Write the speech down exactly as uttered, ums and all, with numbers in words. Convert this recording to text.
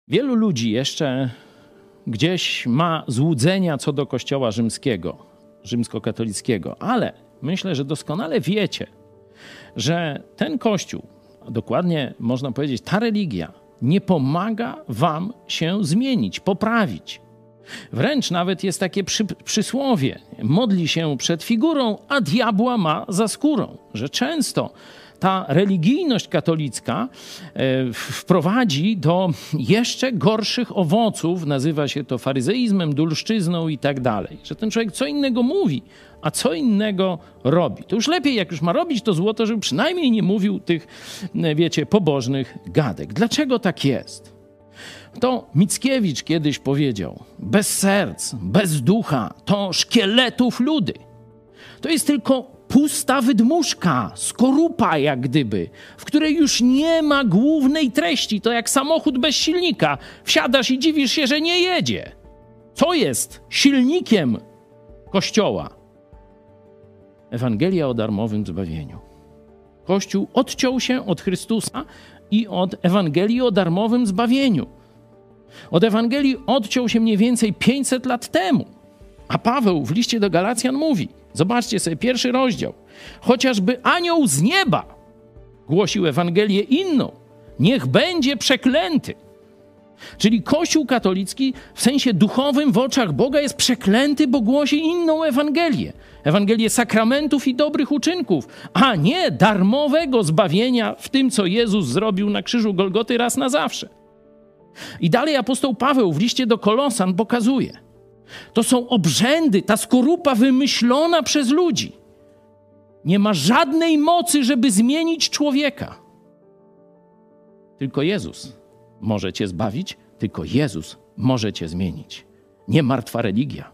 Wielu ludzi jeszcze gdzieś ma złudzenia co do Kościoła rzymskiego, rzymskokatolickiego, ale myślę, że doskonale wiecie, że ten Kościół, a dokładnie można powiedzieć ta religia, nie pomaga wam się zmienić, poprawić. Wręcz nawet jest takie przy, przysłowie, modli się przed figurą, a diabła ma za skórą, że często ta religijność katolicka e, wprowadzi do jeszcze gorszych owoców, nazywa się to faryzeizmem, dulszczyzną i tak dalej. Że ten człowiek co innego mówi, a co innego robi. To już lepiej, jak już ma robić to złoto, żeby przynajmniej nie mówił tych, wiecie, pobożnych gadek. Dlaczego tak jest? To Mickiewicz kiedyś powiedział, bez serc, bez ducha, to szkieletów ludy. To jest tylko pusta wydmuszka, skorupa jak gdyby, w której już nie ma głównej treści. To jak samochód bez silnika. Wsiadasz i dziwisz się, że nie jedzie. Co jest silnikiem Kościoła? Ewangelia o darmowym zbawieniu. Kościół odciął się od Chrystusa i od Ewangelii o darmowym zbawieniu. Od Ewangelii odciął się mniej więcej pięćset lat temu. A Paweł w liście do Galacjan mówi, zobaczcie sobie pierwszy rozdział, chociażby anioł z nieba głosił Ewangelię inną, niech będzie przeklęty. Czyli Kościół katolicki w sensie duchowym w oczach Boga jest przeklęty, bo głosi inną Ewangelię. Ewangelię sakramentów i dobrych uczynków, a nie darmowego zbawienia w tym, co Jezus zrobił na krzyżu Golgoty raz na zawsze. I dalej apostoł Paweł w liście do Kolosan pokazuje, to są obrzędy, ta skorupa wymyślona przez ludzi. Nie ma żadnej mocy, żeby zmienić człowieka. Tylko Jezus może cię zbawić, tylko Jezus może cię zmienić. Nie martwa religia.